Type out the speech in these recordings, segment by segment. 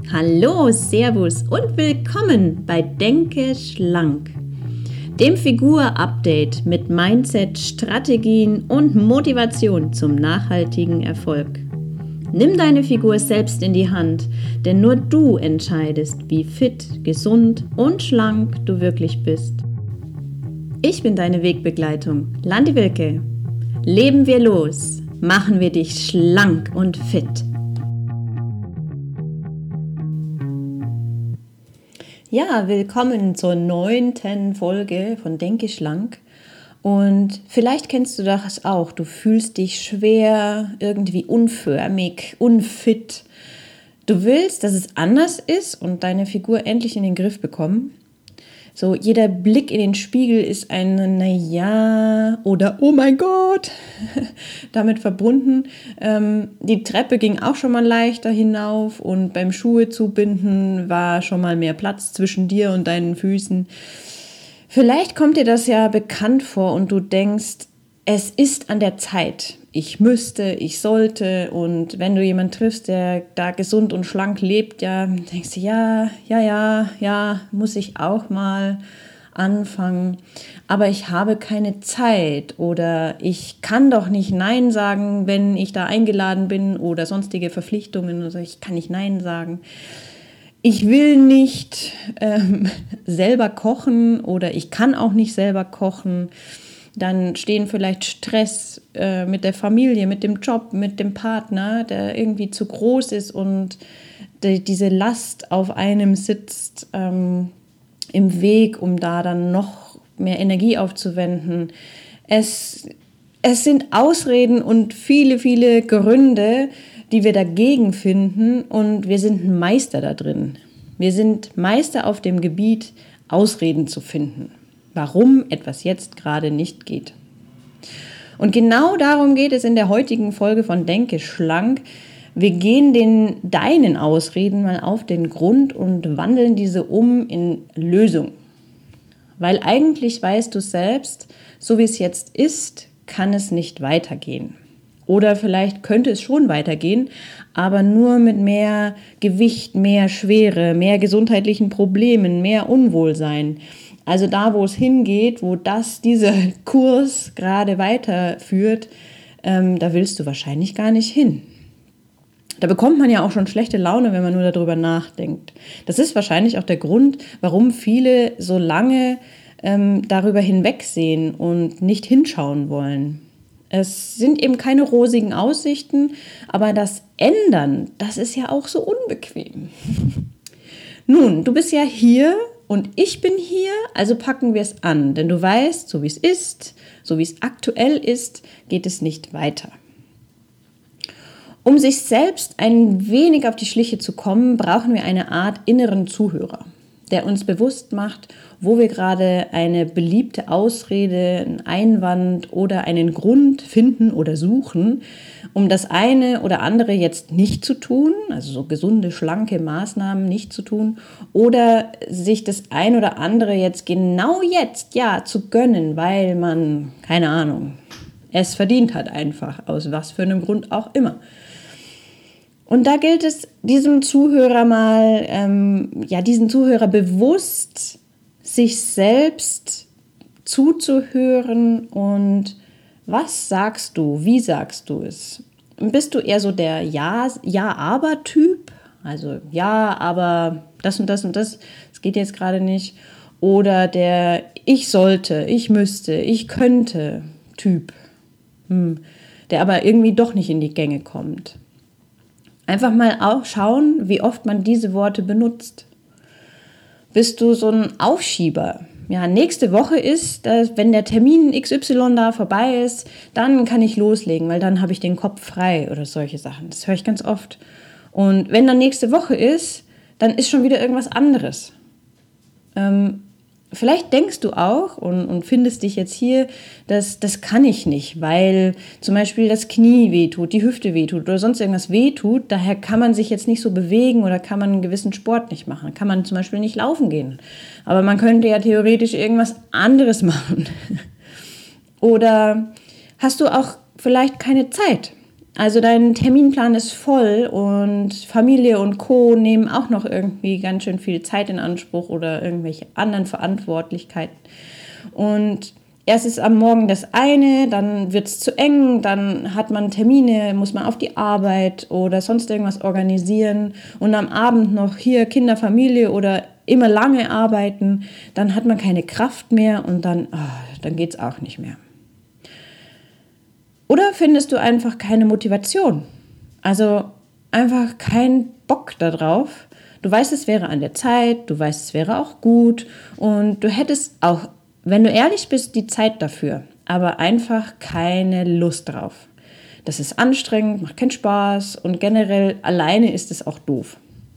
Hallo, Servus und willkommen bei Denke schlank, dem Figur-Update mit Mindset, Strategien und Motivation zum nachhaltigen Erfolg. Nimm deine Figur selbst in die Hand, denn nur du entscheidest, wie fit, gesund und schlank du wirklich bist. Ich bin deine Wegbegleitung, Landi Wilke. Leben wir los, machen wir dich schlank und fit. Ja, willkommen zur 9. Folge von Denke schlank. Und vielleicht kennst du das auch. Du fühlst dich schwer, irgendwie unförmig, unfit. Du willst, dass es anders ist und deine Figur endlich in den Griff bekommen. So, jeder Blick in den Spiegel ist ein Naja oder Oh mein Gott damit verbunden. Die Treppe ging auch schon mal leichter hinauf und beim Schuhe zubinden war schon mal mehr Platz zwischen dir und deinen Füßen. Vielleicht kommt dir das ja bekannt vor und du denkst, es ist an der Zeit. Ich müsste, ich sollte. Und wenn du jemanden triffst, der da gesund und schlank lebt, ja, denkst du, ja, muss ich auch mal anfangen. Aber ich habe keine Zeit oder ich kann doch nicht Nein sagen, wenn ich da eingeladen bin oder sonstige Verpflichtungen. Also ich kann nicht Nein sagen. Ich will nicht selber kochen oder ich kann auch nicht selber kochen. Dann stehen vielleicht Stress mit der Familie, mit dem Job, mit dem Partner, der irgendwie zu groß ist und diese Last auf einem sitzt im Weg, um da dann noch mehr Energie aufzuwenden. Es sind Ausreden und viele, viele Gründe, die wir dagegen finden und wir sind ein Meister da drin. Wir sind Meister auf dem Gebiet, Ausreden zu finden, warum etwas jetzt gerade nicht geht. Und genau darum geht es in der heutigen Folge von Denke schlank. Wir gehen deinen Ausreden mal auf den Grund und wandeln diese um in Lösung. Weil eigentlich weißt du selbst, so wie es jetzt ist, kann es nicht weitergehen. Oder vielleicht könnte es schon weitergehen, aber nur mit mehr Gewicht, mehr Schwere, mehr gesundheitlichen Problemen, mehr Unwohlsein. Also da, wo es hingeht, wo dieser Kurs gerade weiterführt, da willst du wahrscheinlich gar nicht hin. Da bekommt man ja auch schon schlechte Laune, wenn man nur darüber nachdenkt. Das ist wahrscheinlich auch der Grund, warum viele so lange darüber hinwegsehen und nicht hinschauen wollen. Es sind eben keine rosigen Aussichten, aber das Ändern, das ist ja auch so unbequem. Nun, du bist ja hier und ich bin hier, also packen wir es an. Denn du weißt, so wie es ist, so wie es aktuell ist, geht es nicht weiter. Um sich selbst ein wenig auf die Schliche zu kommen, brauchen wir eine Art inneren Zuhörer, der uns bewusst macht, wo wir gerade eine beliebte Ausrede, einen Einwand oder einen Grund finden oder suchen, um das eine oder andere jetzt nicht zu tun, also so gesunde, schlanke Maßnahmen nicht zu tun, oder sich das ein oder andere jetzt genau jetzt, ja, zu gönnen, weil man, keine Ahnung, es verdient hat einfach, aus was für einem Grund auch immer. Und da gilt es, diesem Zuhörer diesen Zuhörer bewusst sich selbst zuzuhören und was sagst du, wie sagst du es? Bist du eher so der Ja-Aber-Typ? Also ja, aber das und das und das geht jetzt gerade nicht. Oder der Ich sollte, ich müsste, ich könnte Typ, der aber irgendwie doch nicht in die Gänge kommt. Einfach mal auch schauen, wie oft man diese Worte benutzt. Bist du so ein Aufschieber? Ja, nächste Woche ist, wenn der Termin XY da vorbei ist, dann kann ich loslegen, weil dann habe ich den Kopf frei oder solche Sachen. Das höre ich ganz oft. Und wenn dann nächste Woche ist, dann ist schon wieder irgendwas anderes. Vielleicht denkst du auch und findest dich jetzt hier, das kann ich nicht, weil zum Beispiel das Knie wehtut, die Hüfte wehtut oder sonst irgendwas wehtut. Daher kann man sich jetzt nicht so bewegen oder kann man einen gewissen Sport nicht machen. Kann man zum Beispiel nicht laufen gehen. Aber man könnte ja theoretisch irgendwas anderes machen. Oder hast du auch vielleicht keine Zeit? Also dein Terminplan ist voll und Familie und Co. nehmen auch noch irgendwie ganz schön viel Zeit in Anspruch oder irgendwelche anderen Verantwortlichkeiten. Und erst ist am Morgen das eine, dann wird es zu eng, dann hat man Termine, muss man auf die Arbeit oder sonst irgendwas organisieren und am Abend noch hier Kinder, Familie oder immer lange arbeiten, dann hat man keine Kraft mehr und dann geht es auch nicht mehr. Oder findest du einfach keine Motivation? Also einfach keinen Bock darauf. Du weißt, es wäre an der Zeit, du weißt, es wäre auch gut und du hättest auch, wenn du ehrlich bist, die Zeit dafür, aber einfach keine Lust drauf. Das ist anstrengend, macht keinen Spaß und generell alleine ist es auch doof.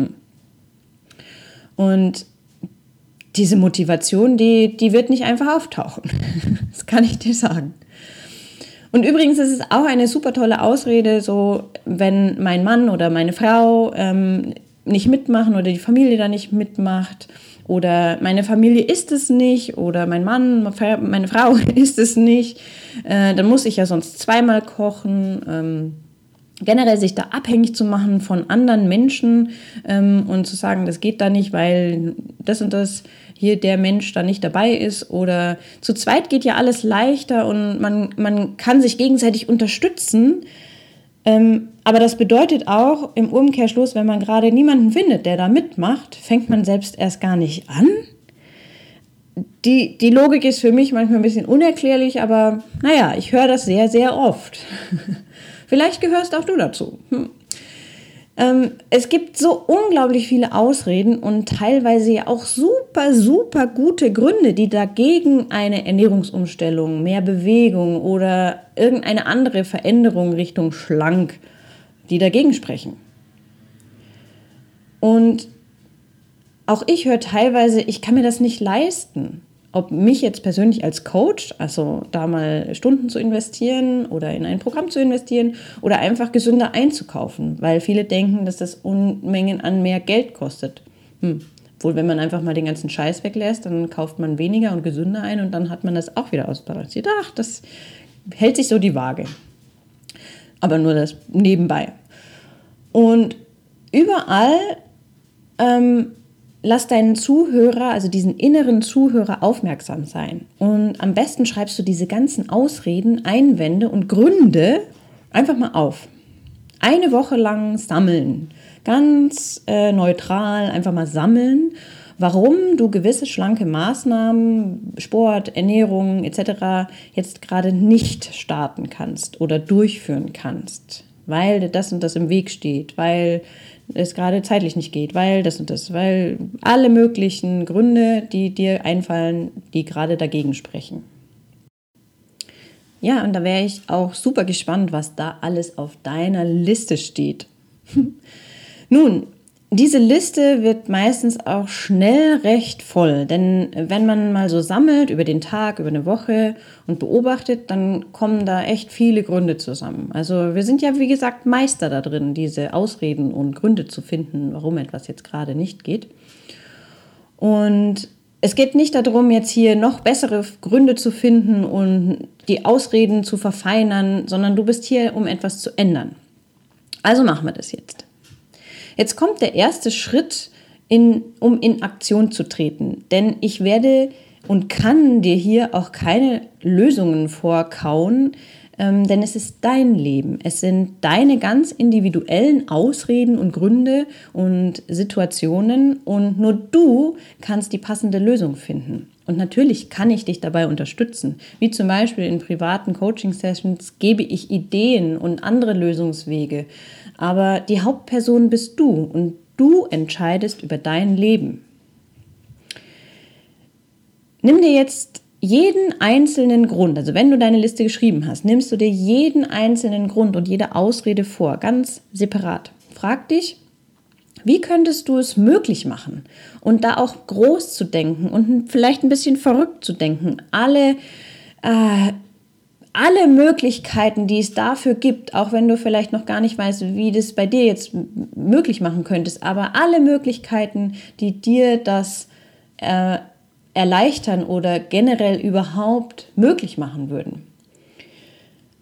Und diese Motivation, die wird nicht einfach auftauchen. Das kann ich dir sagen. Und übrigens ist es auch eine super tolle Ausrede, so wenn mein Mann oder meine Frau nicht mitmachen oder die Familie da nicht mitmacht oder meine Familie isst es nicht oder mein Mann, meine Frau isst es nicht, dann muss ich ja sonst zweimal kochen. Generell sich da abhängig zu machen von anderen Menschen und zu sagen, das geht da nicht, weil das und das hier der Mensch da nicht dabei ist. Oder zu zweit geht ja alles leichter und man kann sich gegenseitig unterstützen. Aber das bedeutet auch im Umkehrschluss, wenn man gerade niemanden findet, der da mitmacht, fängt man selbst erst gar nicht an. Die Logik ist für mich manchmal ein bisschen unerklärlich, aber naja, ich höre das sehr, sehr oft. Vielleicht gehörst auch du dazu. Es gibt so unglaublich viele Ausreden und teilweise ja auch super, super gute Gründe, die dagegen eine Ernährungsumstellung, mehr Bewegung oder irgendeine andere Veränderung Richtung schlank, die dagegen sprechen. Und auch ich höre teilweise, ich kann mir das nicht leisten. Ob mich jetzt persönlich als Coach, also da mal Stunden zu investieren oder in ein Programm zu investieren oder einfach gesünder einzukaufen, weil viele denken, dass das Unmengen an mehr Geld kostet. Obwohl, wenn man einfach mal den ganzen Scheiß weglässt, dann kauft man weniger und gesünder ein und dann hat man das auch wieder ausbalanciert. Ach, das hält sich so die Waage. Aber nur das nebenbei. Und überall lass deinen Zuhörer, also diesen inneren Zuhörer aufmerksam sein. Und am besten schreibst du diese ganzen Ausreden, Einwände und Gründe einfach mal auf. Eine Woche lang sammeln. Ganz neutral einfach mal sammeln, warum du gewisse schlanke Maßnahmen, Sport, Ernährung etc. jetzt gerade nicht starten kannst oder durchführen kannst. Weil dir das und das im Weg steht, weil es gerade zeitlich nicht geht, weil das und das, weil alle möglichen Gründe, die dir einfallen, die gerade dagegen sprechen. Ja, und da wäre ich auch super gespannt, was da alles auf deiner Liste steht. Nun, diese Liste wird meistens auch schnell recht voll, denn wenn man mal so sammelt über den Tag, über eine Woche und beobachtet, dann kommen da echt viele Gründe zusammen. Also wir sind ja, wie gesagt, Meister da drin, diese Ausreden und Gründe zu finden, warum etwas jetzt gerade nicht geht. Und es geht nicht darum, jetzt hier noch bessere Gründe zu finden und die Ausreden zu verfeinern, sondern du bist hier, um etwas zu ändern. Also machen wir das jetzt. Jetzt kommt der erste Schritt, um in Aktion zu treten. Denn ich werde und kann dir hier auch keine Lösungen vorkauen, denn es ist dein Leben. Es sind deine ganz individuellen Ausreden und Gründe und Situationen und nur du kannst die passende Lösung finden. Und natürlich kann ich dich dabei unterstützen. Wie zum Beispiel in privaten Coaching-Sessions gebe ich Ideen und andere Lösungswege. Aber die Hauptperson bist du und du entscheidest über dein Leben. Nimm dir jetzt jeden einzelnen Grund, also wenn du deine Liste geschrieben hast, nimmst du dir jeden einzelnen Grund und jede Ausrede vor, ganz separat. Frag dich, wie könntest du es möglich machen? Und da auch groß zu denken und vielleicht ein bisschen verrückt zu denken. Alle Möglichkeiten, die es dafür gibt, auch wenn du vielleicht noch gar nicht weißt, wie das bei dir jetzt möglich machen könntest, aber alle Möglichkeiten, die dir das erleichtern oder generell überhaupt möglich machen würden.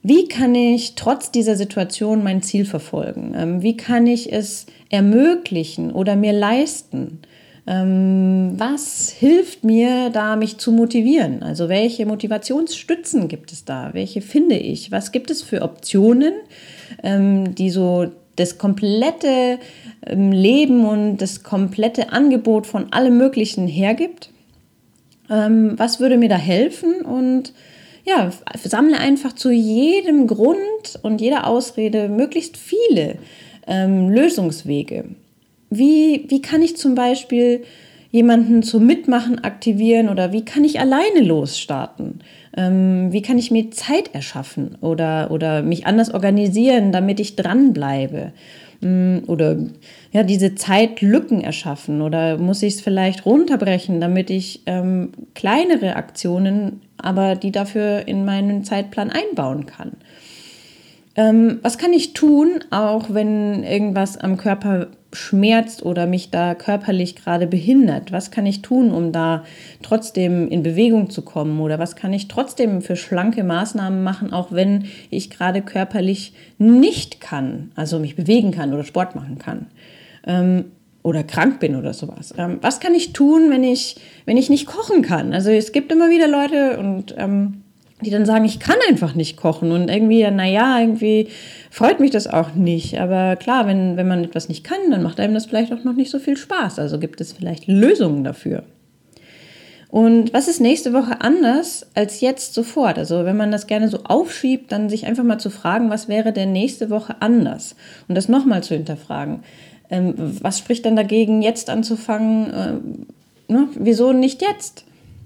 Wie kann ich trotz dieser Situation mein Ziel verfolgen? Wie kann ich es ermöglichen oder mir leisten? Was hilft mir da, mich zu motivieren? Also welche Motivationsstützen gibt es da? Welche finde ich? Was gibt es für Optionen, die so das komplette Leben und das komplette Angebot von allem Möglichen hergibt? Was würde mir da helfen? Und ja, sammle einfach zu jedem Grund und jeder Ausrede möglichst viele Lösungswege. Wie kann ich zum Beispiel jemanden zum Mitmachen aktivieren oder wie kann ich alleine losstarten? Wie kann ich mir Zeit erschaffen oder mich anders organisieren, damit ich dranbleibe? Oder ja, diese Zeitlücken erschaffen oder muss ich es vielleicht runterbrechen, damit ich kleinere Aktionen, aber die dafür in meinen Zeitplan einbauen kann. Was kann ich tun, auch wenn irgendwas am Körper schmerzt oder mich da körperlich gerade behindert? Was kann ich tun, um da trotzdem in Bewegung zu kommen? Oder was kann ich trotzdem für schlanke Maßnahmen machen, auch wenn ich gerade körperlich nicht kann, also mich bewegen kann oder Sport machen kann? Oder krank bin oder sowas. Was kann ich tun, wenn ich nicht kochen kann? Also es gibt immer wieder Leute und die dann sagen, ich kann einfach nicht kochen und irgendwie freut mich das auch nicht. Aber klar, wenn man etwas nicht kann, dann macht einem das vielleicht auch noch nicht so viel Spaß. Also gibt es vielleicht Lösungen dafür. Und was ist nächste Woche anders als jetzt sofort? Also wenn man das gerne so aufschiebt, dann sich einfach mal zu fragen, was wäre denn nächste Woche anders? Und das nochmal zu hinterfragen. Was spricht dann dagegen, jetzt anzufangen? Wieso nicht jetzt?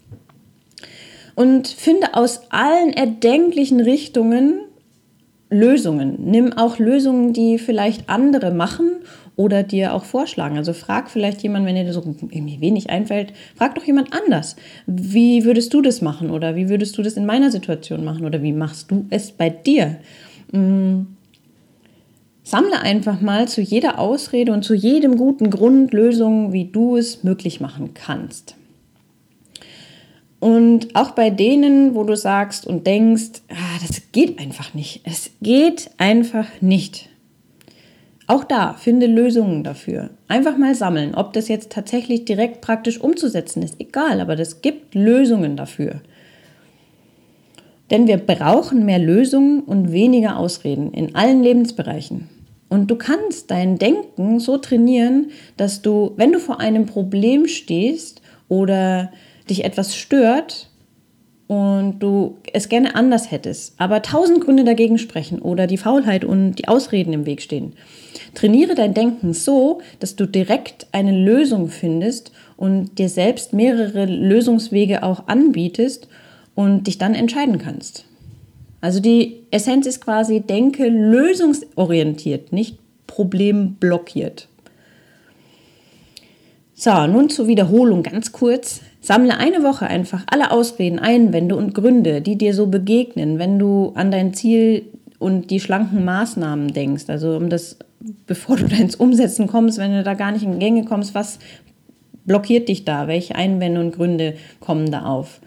Und finde aus allen erdenklichen Richtungen Lösungen. Nimm auch Lösungen, die vielleicht andere machen oder dir auch vorschlagen. Also frag vielleicht jemanden, wenn dir so irgendwie wenig einfällt, frag doch jemand anders. Wie würdest du das machen? Oder wie würdest du das in meiner Situation machen? Oder wie machst du es bei dir? Sammle einfach mal zu jeder Ausrede und zu jedem guten Grund Lösungen, wie du es möglich machen kannst. Und auch bei denen, wo du sagst und denkst, das geht einfach nicht. Es geht einfach nicht. Auch da finde Lösungen dafür. Einfach mal sammeln, ob das jetzt tatsächlich direkt praktisch umzusetzen ist. Egal, aber es gibt Lösungen dafür. Denn wir brauchen mehr Lösungen und weniger Ausreden in allen Lebensbereichen. Und du kannst dein Denken so trainieren, dass du, wenn du vor einem Problem stehst oder dich etwas stört und du es gerne anders hättest, aber 1000 Gründe dagegen sprechen oder die Faulheit und die Ausreden im Weg stehen. Trainiere dein Denken so, dass du direkt eine Lösung findest und dir selbst mehrere Lösungswege auch anbietest und dich dann entscheiden kannst. Also die Essenz ist quasi, denke lösungsorientiert, nicht problemblockiert. So, nun zur Wiederholung ganz kurz. Sammle eine Woche einfach alle Ausreden, Einwände und Gründe, die dir so begegnen, wenn du an dein Ziel und die schlanken Maßnahmen denkst. Also bevor du da ins Umsetzen kommst, wenn du da gar nicht in Gänge kommst, was blockiert dich da? Welche Einwände und Gründe kommen da auf?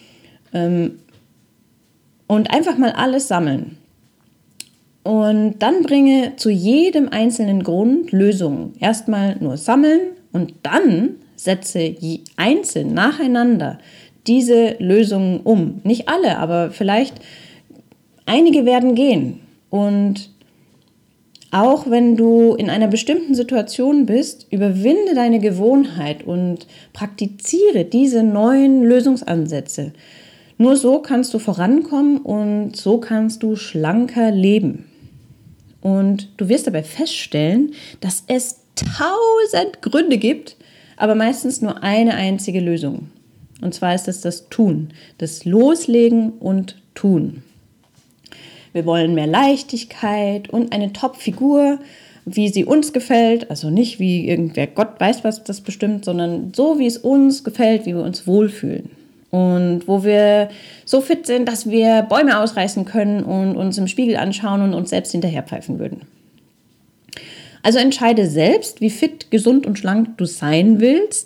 Und einfach mal alles sammeln. Und dann bringe zu jedem einzelnen Grund Lösungen. Erstmal nur sammeln und dann setze einzeln nacheinander diese Lösungen um. Nicht alle, aber vielleicht einige werden gehen. Und auch wenn du in einer bestimmten Situation bist, überwinde deine Gewohnheit und praktiziere diese neuen Lösungsansätze. Nur so kannst du vorankommen und so kannst du schlanker leben. Und du wirst dabei feststellen, dass es 1000 Gründe gibt, aber meistens nur eine einzige Lösung. Und zwar ist es das Tun, das Loslegen und Tun. Wir wollen mehr Leichtigkeit und eine Top-Figur, wie sie uns gefällt. Also nicht wie irgendwer Gott weiß, was das bestimmt, sondern so, wie es uns gefällt, wie wir uns wohlfühlen. Und wo wir so fit sind, dass wir Bäume ausreißen können und uns im Spiegel anschauen und uns selbst hinterherpfeifen würden. Also entscheide selbst, wie fit, gesund und schlank du sein willst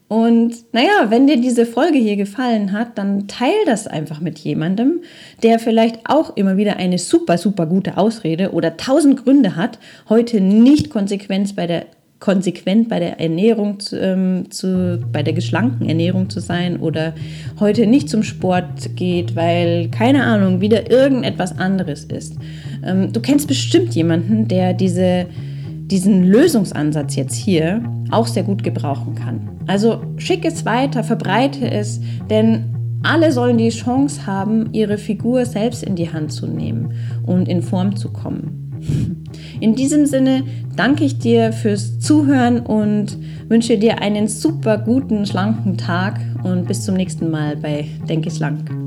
Und naja, wenn dir diese Folge hier gefallen hat, dann teil das einfach mit jemandem, der vielleicht auch immer wieder eine super, super gute Ausrede oder 1000 Gründe hat, heute nicht konsequent bei der Ernährung, bei der geschlankten Ernährung zu sein oder heute nicht zum Sport geht, weil, keine Ahnung, wieder irgendetwas anderes ist. Du kennst bestimmt jemanden, der diesen Lösungsansatz jetzt hier auch sehr gut gebrauchen kann. Also schick es weiter, verbreite es, denn alle sollen die Chance haben, ihre Figur selbst in die Hand zu nehmen und in Form zu kommen. In diesem Sinne danke ich dir fürs Zuhören und wünsche dir einen super guten, schlanken Tag und bis zum nächsten Mal bei Denke Schlank.